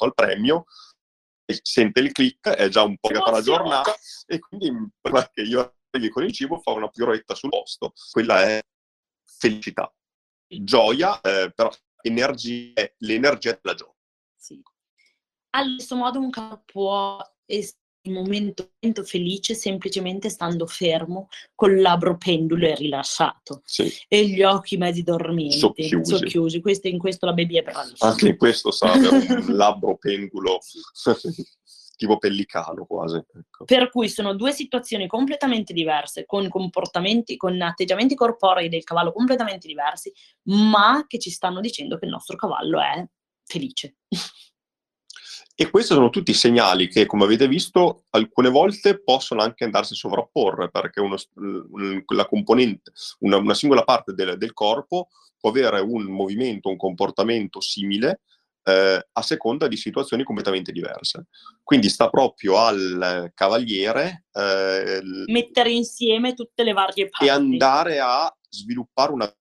al premio, e sente il click, è già un po' legata la giornata, e quindi prima che io arrivi con il cibo fa una piroetta sul posto. Quella è felicità. Gioia, però l'energia della gioia. Sì. Allo stesso modo un cavallo può essere in un momento felice semplicemente stando fermo, col labbro pendulo e rilassato, Sì. e gli occhi mezzi dormienti, Socchiusi. In questo la baby è bravissima. Anche in questo sa avere un labbro pendulo tipo pellicano quasi. Ecco. Per cui sono due situazioni completamente diverse, con comportamenti, con atteggiamenti corporei del cavallo completamente diversi, ma che ci stanno dicendo che il nostro cavallo è felice. E questi sono tutti segnali che, come avete visto, alcune volte possono anche andarsi a sovrapporre, perché la componente, una singola parte del corpo può avere un movimento, un comportamento simile a seconda di situazioni completamente diverse. Quindi sta proprio al cavaliere mettere insieme tutte le varie parti e andare a sviluppare una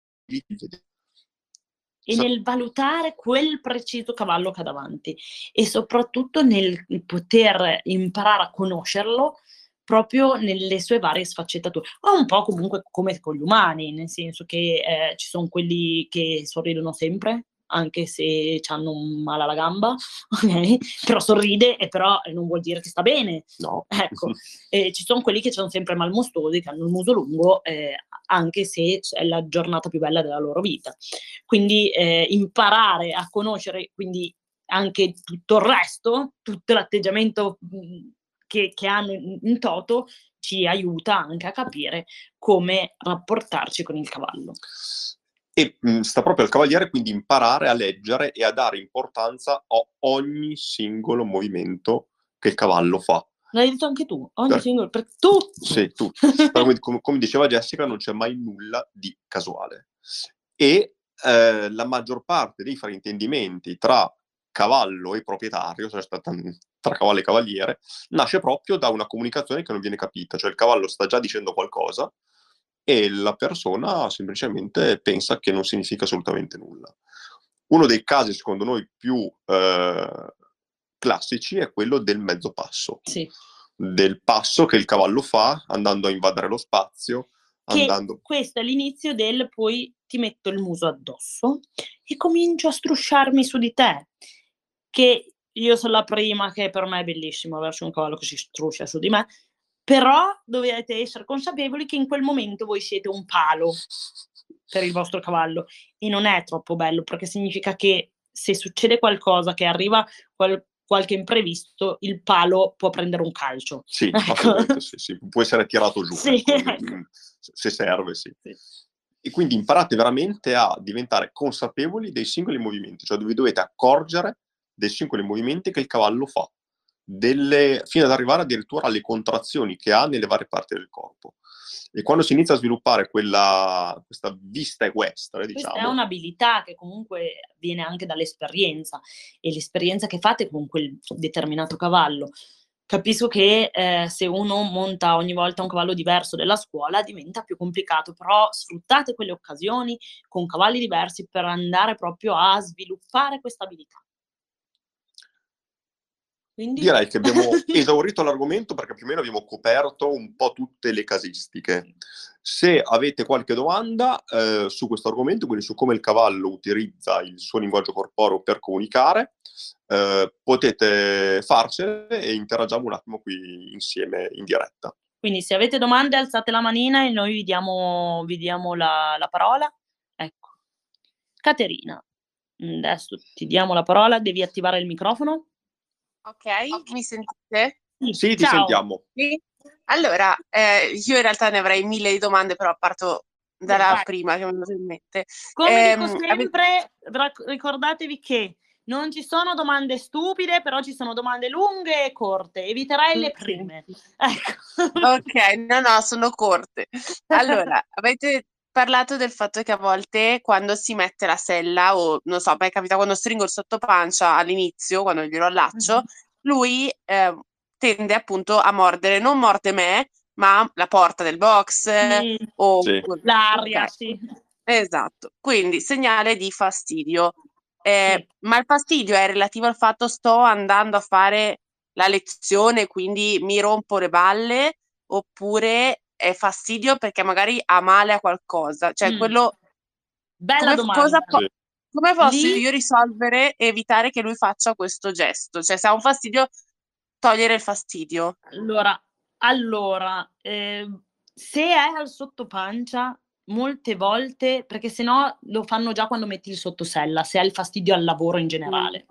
e nel valutare quel preciso cavallo che ha davanti, e soprattutto nel poter imparare a conoscerlo proprio nelle sue varie sfaccettature. O un po' comunque come con gli umani, nel senso che ci son quelli che sorridono sempre, anche se c'hanno un male alla gamba, okay, però sorride, e però non vuol dire che sta bene. No. Ecco, ci son quelli che son sempre malmostosi, che hanno il muso lungo, anche se è la giornata più bella della loro vita. Quindi imparare a conoscere quindi anche tutto il resto, tutto l'atteggiamento che hanno in toto, ci aiuta anche a capire come rapportarci con il cavallo. E sta proprio al cavaliere quindi imparare a leggere e a dare importanza a ogni singolo movimento che il cavallo fa. L'hai detto anche tu, Sì, tutto. Però come diceva Jessica, non c'è mai nulla di casuale. E la maggior parte dei fraintendimenti tra cavallo e proprietario, cioè tra cavallo e cavaliere, nasce proprio da una comunicazione che non viene capita. Cioè il cavallo sta già dicendo qualcosa e la persona semplicemente pensa che non significa assolutamente nulla. Uno dei casi, secondo noi, più classici è quello del mezzo passo. Sì. Del passo che il cavallo fa andando a invadere lo spazio, Questo è l'inizio del poi ti metto il muso addosso e comincio a strusciarmi su di te, che io son la prima, che per me è bellissimo averci un cavallo che si struscia su di me, però dovete essere consapevoli che in quel momento voi siete un palo per il vostro cavallo, e non è troppo bello, perché significa che se succede qualcosa, che arriva qualche imprevisto, il palo può prendere un calcio. Sì, Ecco. assolutamente sì. Può essere tirato giù, Sì, ecco, ecco. se serve, sì. Sì. E quindi imparate veramente a diventare consapevoli dei singoli movimenti, cioè vi dovete accorgere dei singoli movimenti che il cavallo fa, fino ad arrivare addirittura alle contrazioni che ha nelle varie parti del corpo. E quando si inizia a sviluppare questa vista equestre, Questa è diciamo, un'abilità che comunque viene anche dall'esperienza, e l'esperienza che fate con quel determinato cavallo. Capisco che se uno monta ogni volta un cavallo diverso della scuola diventa più complicato, però sfruttate quelle occasioni con cavalli diversi per andare proprio a sviluppare questa abilità. Quindi direi che abbiamo esaurito l'argomento, perché più o meno abbiamo coperto un po' tutte le casistiche. Se avete qualche domanda su questo argomento, quindi su come il cavallo utilizza il suo linguaggio corporeo per comunicare, potete farcele e interagiamo un attimo qui insieme in diretta. Quindi se avete domande alzate la manina e noi vi diamo la parola. Ecco. Caterina, adesso ti diamo la parola, devi attivare il microfono. Okay, mi sentite? Sì, ti Ciao. sentiamo. Sì? Allora, io in realtà ne avrei 1000 di domande, però parto dalla Vai. prima che mi è venuta in mente. Come dico Ave sempre, ricordatevi che non ci sono domande stupide, però ci sono domande lunghe e corte. Eviterei le prime. Ecco. Okay, no, sono corte. Allora, avete parlato del fatto che a volte quando si mette la sella o, non so, a me capita quando stringo il sottopancia all'inizio, quando glielo allaccio, lui, tende appunto a mordere, non morde me, ma la porta del box Sì, o Sì. l'aria, okay. sì. Esatto. Quindi segnale di fastidio. Sì. Ma il fastidio è relativo al fatto sto andando a fare la lezione, quindi mi rompo le balle, oppure è fastidio perché magari ha male a qualcosa? Cioè, quello Bella domanda. Sì. come posso Lì, io risolvere e evitare che lui faccia questo gesto? Cioè, se ha un fastidio, togliere il fastidio. allora, se è al sottopancia, molte volte, perché se no lo fanno già quando metti il sottosella, se hai il fastidio al lavoro in generale.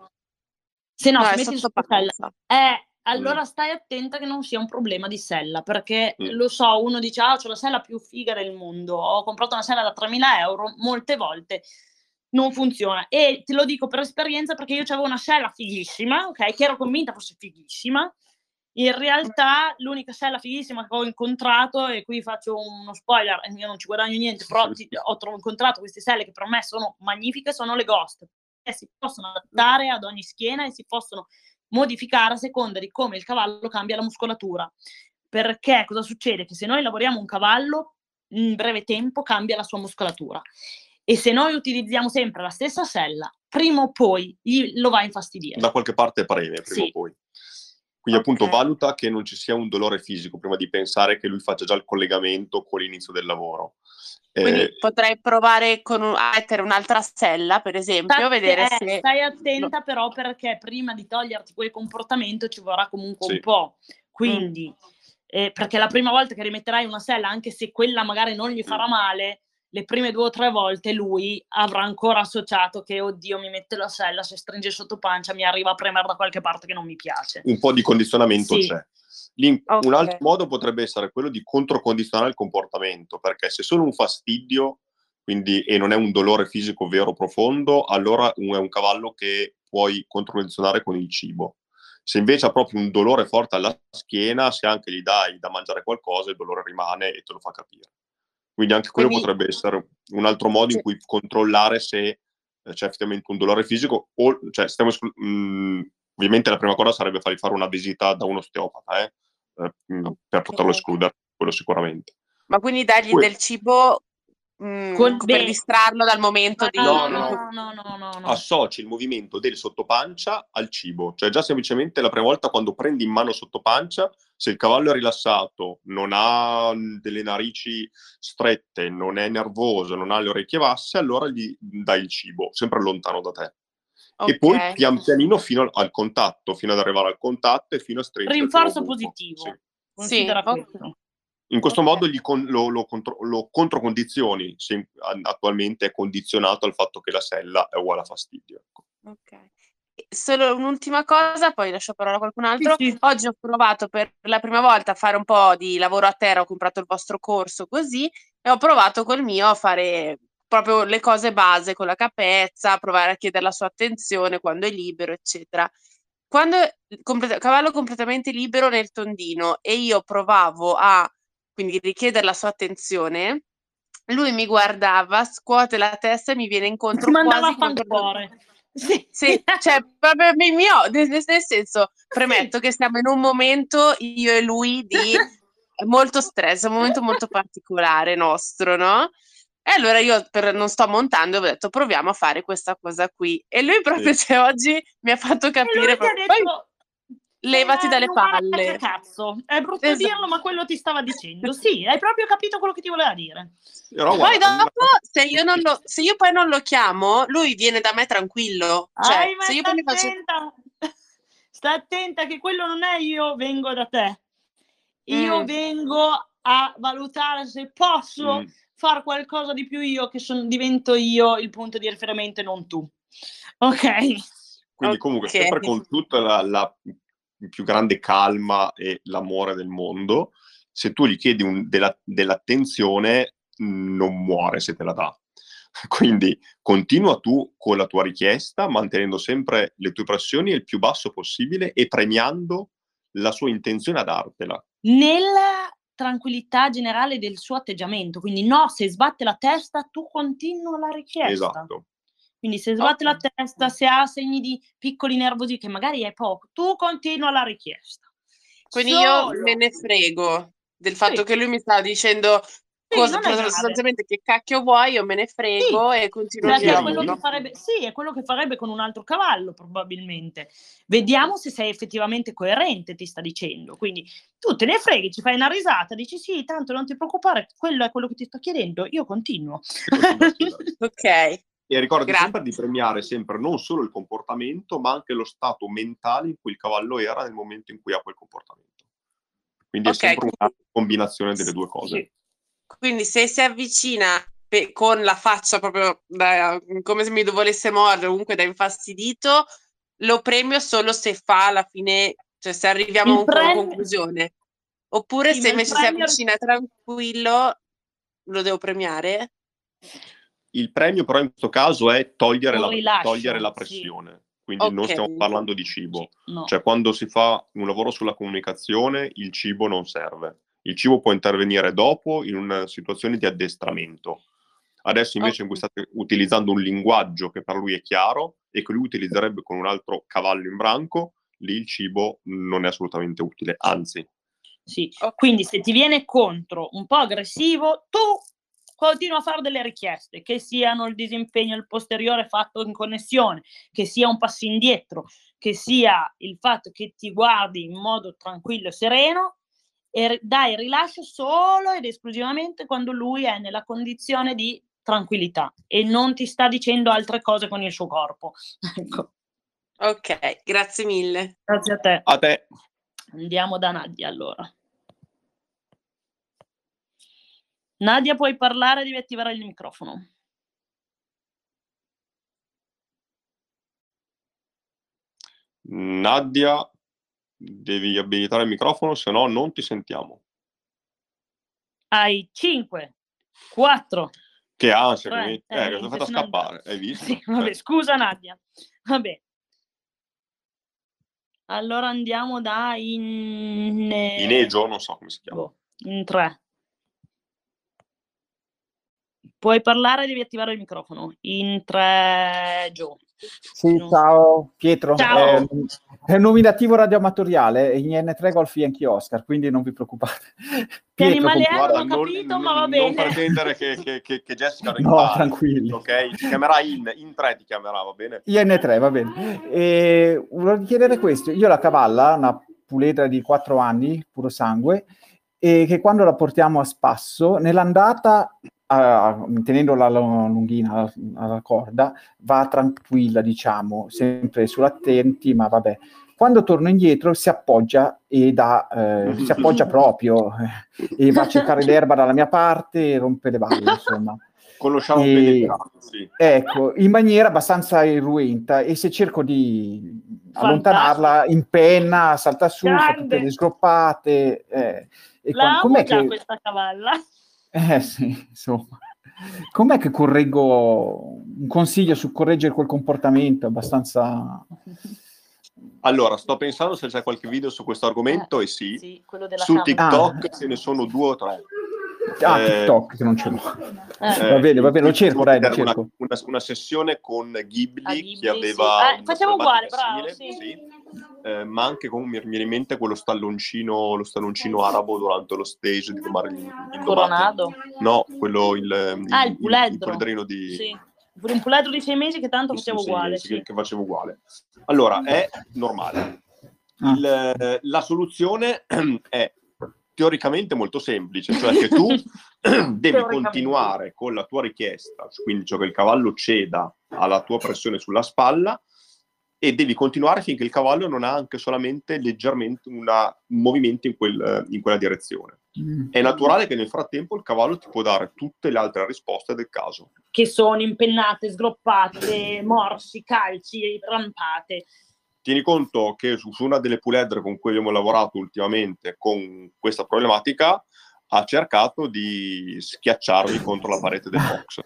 Se no, No, se è metti il sottosella, sottopancia. allora stai attenta che non sia un problema di sella, perché Mm. lo so, uno dice: "Ah, c'ho la sella più figa del mondo, ho comprato una sella da 3.000 €", molte volte non funziona. E te lo dico per esperienza perché io c'avevo una sella fighissima, okay, che ero convinta fosse fighissima. In realtà l'unica sella fighissima che ho incontrato, e qui faccio uno spoiler, io non ci guadagno niente, però ho incontrato queste selle che per me sono magnifiche, sono le Ghost, e si possono adattare ad ogni schiena e si possono modificare a seconda di come il cavallo cambia la muscolatura. Perché cosa succede? Che se noi lavoriamo un cavallo, in breve tempo cambia la sua muscolatura. E se noi utilizziamo sempre la stessa sella, prima o poi lo va a infastidire. Da qualche parte preme, prima o Sì. poi. Quindi appunto Ok. valuta che non ci sia un dolore fisico prima di pensare che lui faccia già il collegamento con l'inizio del lavoro. Quindi potrei provare a mettere un'altra sella, per esempio, vedere se... Stai attenta però, perché prima di toglierti quel comportamento ci vorrà comunque un Sì. po'. Quindi, perché la prima volta che rimetterai una sella, anche se quella magari non gli farà male, le prime 2 o 3 volte lui avrà ancora associato che: "Oddio, mi mette la sella, se stringe sotto pancia mi arriva a premere da qualche parte che non mi piace". Un po' di condizionamento Sì. c'è. Un Ok. altro modo potrebbe essere quello di controcondizionare il comportamento, perché se è solo un fastidio, quindi, e non è un dolore fisico vero profondo, allora è un cavallo che puoi controcondizionare con il cibo. Se invece ha proprio un dolore forte alla schiena, se anche gli dai da mangiare qualcosa, il dolore rimane e te lo fa capire. Quindi anche quello Quindi potrebbe essere un altro modo in cui controllare se c'è effettivamente un dolore fisico o, cioè, ovviamente la prima cosa sarebbe fargli fare una visita da un osteopata, per poterlo ok. escludere, quello sicuramente. Ma quindi dargli Poi, del cibo per Beh, distrarlo dal momento di... no. associ il movimento del sottopancia al cibo, cioè già semplicemente la prima volta quando prendi in mano sottopancia, se il cavallo è rilassato, non ha delle narici strette, non è nervoso, non ha le orecchie basse, allora gli dai il cibo, sempre lontano da te. E poi Ok. pian pianino fino al contatto, fino ad arrivare al contatto e fino a stringertelo Rinforzo ovunque. Sì. positivo, Sì, considera ok. questo. In questo Ok. modo lo controcondizioni, se attualmente è condizionato al fatto che la sella è uguale a fastidio. Ecco. Ok. Solo un'ultima cosa, poi lascio parola a qualcun altro. Sì. Oggi ho provato per la prima volta a fare un po' di lavoro a terra, ho comprato il vostro corso così, e ho provato col mio a fare proprio le cose base con la capezza, provare a chiedere la sua attenzione quando è libero, eccetera. Quando cavallo completamente libero nel tondino e io provavo a quindi richiedere la sua attenzione, lui mi guardava, scuote la testa e mi viene Ti incontro mandava quasi a come per... fancuore. Sì. Sì, cioè proprio nel senso, premetto che siamo in un momento, io e lui, di molto stress, un momento molto particolare nostro, no? E allora io non sto montando, ho detto proviamo a fare questa cosa qui. E lui proprio, Sì. cioè, oggi mi ha fatto E lui capire ti ha proprio, poi detto: "Sei levati dalle un palle. maracacazzo". È brutto dirlo, ma Esatto. quello ti stava dicendo. Sì, hai proprio capito quello che ti voleva dire. Però Poi guarda, dopo, se io poi non lo chiamo, lui viene da me tranquillo. Cioè, Ma se io sta poi mi faccio... attenta. Sta attenta che quello non è "io vengo da te". Io Mm. vengo a valutare se posso far qualcosa di più io, che divento io il punto di riferimento e non tu. Okay? Quindi comunque Ok. sempre con tutta la più grande calma e l'amore del mondo, se tu gli chiedi dell'attenzione, non muore se te la dà. Quindi continua tu con la tua richiesta, mantenendo sempre le tue pressioni il più basso possibile e premiando la sua intenzione a dartela. Nella tranquillità generale del suo atteggiamento, quindi no, se sbatte la testa tu continua la richiesta. Esatto. Quindi se sbatte la Ok. testa, se ha segni di piccoli nervosi, che magari è poco, tu continua la richiesta. Quindi io me Solo ne frego del fatto sì, che lui mi sta dicendo sostanzialmente che cacchio vuoi, io me ne frego e continuo perché il è mio quello lavoro. che farebbe, è quello che farebbe con un altro cavallo probabilmente. Vediamo se sei effettivamente coerente, ti sta dicendo. Quindi tu te ne freghi, ci fai una risata, dici sì, tanto non ti preoccupare, quello è quello che ti sto chiedendo, io continuo. Ok. E ricordati Grazie. sempre di premiare sempre non solo il comportamento, ma anche lo stato mentale in cui il cavallo era nel momento in cui ha quel comportamento. Quindi è sempre una combinazione delle due cose. Sì. Quindi se si avvicina con la faccia proprio come se mi volesse mordere, comunque da infastidito, lo premio solo se fa alla fine, cioè se arriviamo a una conclusione. Oppure se invece si avvicina tranquillo, lo devo premiare? Il premio però in questo caso è togliere la pressione. Sì. Quindi non stiamo parlando di cibo. No. Cioè quando si fa un lavoro sulla comunicazione, il cibo non serve. Il cibo può intervenire dopo in una situazione di addestramento. Adesso invece in cui state utilizzando un linguaggio che per lui è chiaro e che lui utilizzerebbe con un altro cavallo in branco, lì il cibo non è assolutamente utile, anzi. Sì. Quindi se ti viene contro un po' aggressivo, tu continua a fare delle richieste, che siano il disimpegno il posteriore fatto in connessione, che sia un passo indietro, che sia il fatto che ti guardi in modo tranquillo e sereno, e dai rilascio solo ed esclusivamente quando lui è nella condizione di tranquillità e non ti sta dicendo altre cose con il suo corpo. Ecco. Ok, grazie mille. Grazie a te. A te. Andiamo da Nadia allora. Nadia, puoi parlare, devi attivare il microfono. Nadia, devi abilitare il microfono, se no non ti sentiamo. Hai 5, 4. Che ansia, che l'ho fatta scappare, hai visto? Sì, vabbè, scusa Nadia. Vabbè. Allora andiamo da Ineggio, non so come si chiama. In 3. Puoi parlare, devi attivare il microfono. In 3, giù. Sì, ciao Pietro. Ciao. È un nominativo radioamatoriale, in N3 Golf Yankee Oscar, quindi non vi preoccupate. Che animale è? Non ho capito, ma va bene. Non pretendere che Jessica lo No, impari. tranquilli. Ok? Ti chiamerà in 3, ti chiamerà, va bene? IN3, va bene. E volevo chiedere questo. Io la cavalla, una puledra di 4 anni, puro sangue, e che quando la portiamo a spasso, nell'andata, tenendo la lunghina alla corda, va tranquilla, diciamo, sempre sull'attenti, ma vabbè. Quando torno indietro si appoggia e si appoggia proprio e va a cercare l'erba dalla mia parte e rompe le balle, insomma. Conosciamo bene, sì. Ecco, in maniera abbastanza irruenta, e se cerco di allontanarla, impenna, salta su, fa tutte le sgroppate. L'amo già questa cavalla. Sì, insomma. Com'è che correggo un consiglio su correggere quel comportamento abbastanza... Allora, sto pensando se c'è qualche video su questo argomento, e sì quello della su TikTok ce ne sono 2 o 3. TikTok che non ce l'ho. Va bene, lo cerco, dai, lo cerco. Una sessione con Ghibli che aveva sì. Facciamo uguale, bravo, sì. Ma anche con mi viene in mente quello stalloncino arabo durante lo stage di Domare il Coronado? No, quello il puledro. Il puledrino di... Sì. Un puledro di 6 mesi che tanto facevo uguale. Che facevo uguale. Allora, è normale. La soluzione è teoricamente molto semplice, cioè che tu devi continuare con la tua richiesta, quindi cioè che il cavallo ceda alla tua pressione sulla spalla, e devi continuare finché il cavallo non ha anche solamente leggermente un movimento in quella direzione. È naturale che nel frattempo il cavallo ti può dare tutte le altre risposte del caso. Che sono impennate, sgroppate, morsi, calci, rampate. Tieni conto che su una delle puledre con cui abbiamo lavorato ultimamente con questa problematica ha cercato di schiacciarmi contro la parete del box.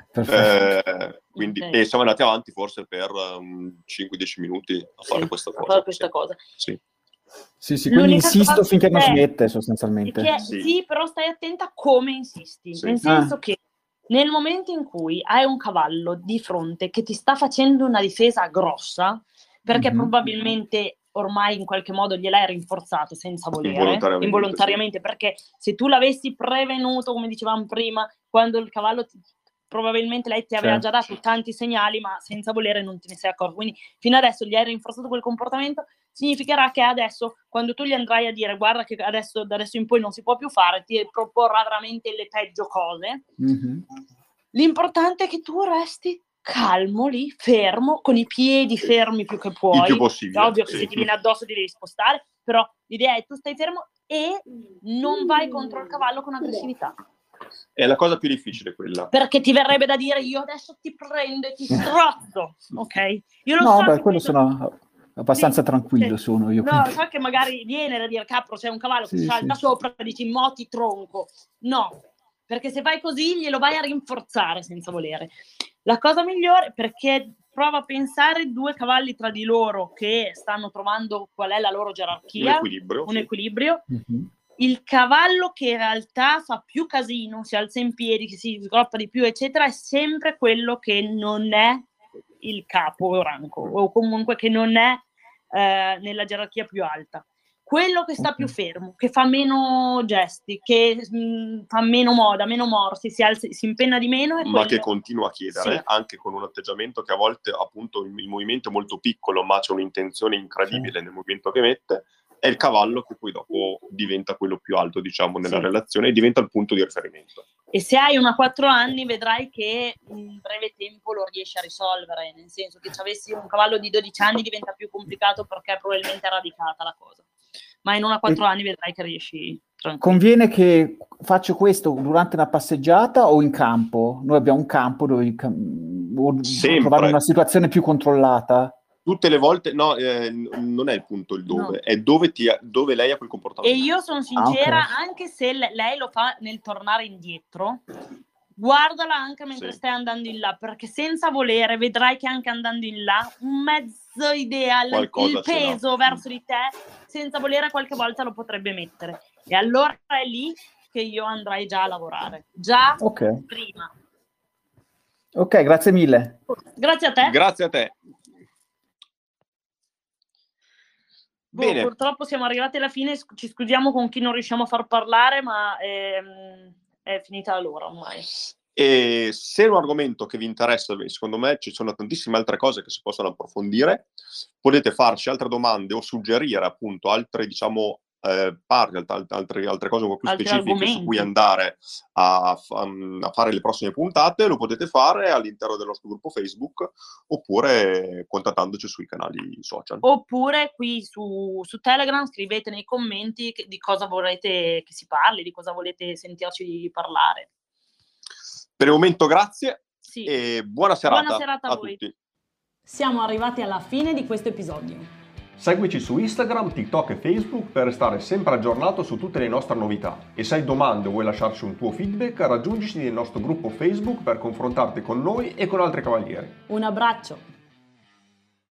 Quindi siamo andati avanti forse per 5-10 minuti a fare questa cosa. Sì, quindi insisto finché non smette sostanzialmente. Sì, però stai attenta come insisti, nel senso che nel momento in cui hai un cavallo di fronte che ti sta facendo una difesa grossa, perché probabilmente ormai in qualche modo gliel'hai rinforzato senza volere, involontariamente, sì. Perché se tu l'avessi prevenuto, come dicevamo prima, quando il cavallo probabilmente lei ti aveva già dato tanti segnali, ma senza volere non te ne sei accorto. Quindi fino adesso gli hai rinforzato quel comportamento, significherà che adesso, quando tu gli andrai a dire guarda che adesso, da adesso in poi non si può più fare, ti proporrà veramente le peggio cose. Mm-hmm. L'importante è che tu resti calmo lì, fermo, con i piedi fermi più che puoi. Il più possibile. È ovvio che se ti viene addosso ti devi spostare, però l'idea è tu stai fermo e non vai contro il cavallo con aggressività. È la cosa più difficile quella. Perché ti verrebbe da dire io adesso ti prendo e ti strozzo, ok? Io lo no, so beh, quello sono abbastanza tranquillo, sono io. No, so che magari viene da dire capro, c'è un cavallo che salta sopra e dici mo ti tronco. No, perché se fai così glielo vai a rinforzare senza volere. La cosa migliore, perché prova a pensare due cavalli tra di loro che stanno trovando qual è la loro gerarchia, un equilibrio. Mm-hmm. Il cavallo che in realtà fa più casino, si alza in piedi, che si sgroppa di più, eccetera, è sempre quello che non è il capo ranco, o comunque che non è nella gerarchia più alta. Quello che sta più fermo, che fa meno gesti, che fa meno moda, meno morsi, si impenna di meno. Ma che continua a chiedere, anche con un atteggiamento che a volte appunto il movimento è molto piccolo, ma c'è un'intenzione incredibile nel movimento che mette, è il cavallo che poi dopo diventa quello più alto, diciamo, nella relazione e diventa il punto di riferimento. E se hai una 4 anni vedrai che in breve tempo lo riesci a risolvere, nel senso che se avessi un cavallo di 12 anni diventa più complicato perché probabilmente è radicata la cosa, ma in una 4 anni vedrai che riesci tranquillo. Conviene che faccio questo durante una passeggiata o in campo? Noi abbiamo un campo dove trovare una situazione più controllata. Tutte le volte, no, non è il punto il dove, è dove lei ha quel comportamento. E io sono sincera, anche se lei lo fa nel tornare indietro, guardala anche mentre stai andando in là, perché senza volere vedrai che anche andando in là, un mezzo idea, il peso verso di te, senza volere qualche volta lo potrebbe mettere. E allora è lì che io andrei già a lavorare, già prima. Ok, grazie mille. Grazie a te. Grazie a te. Bene. Purtroppo siamo arrivati alla fine, ci scusiamo con chi non riusciamo a far parlare, ma è finita l'ora ormai. E se è un argomento che vi interessa, secondo me ci sono tantissime altre cose che si possono approfondire, potete farci altre domande o suggerire appunto altre, diciamo, parti, altre cose un po' più specifiche su cui andare a fare le prossime puntate. Lo potete fare all'interno del nostro gruppo Facebook oppure contattandoci sui canali social. Oppure qui su Telegram scrivete nei commenti di cosa vorrete che si parli, di cosa volete sentirci parlare. Per il momento grazie e buona serata a voi. Tutti. Siamo arrivati alla fine di questo episodio. Seguici su Instagram, TikTok e Facebook per restare sempre aggiornato su tutte le nostre novità. E se hai domande o vuoi lasciarci un tuo feedback, raggiungici nel nostro gruppo Facebook per confrontarti con noi e con altri cavalieri. Un abbraccio!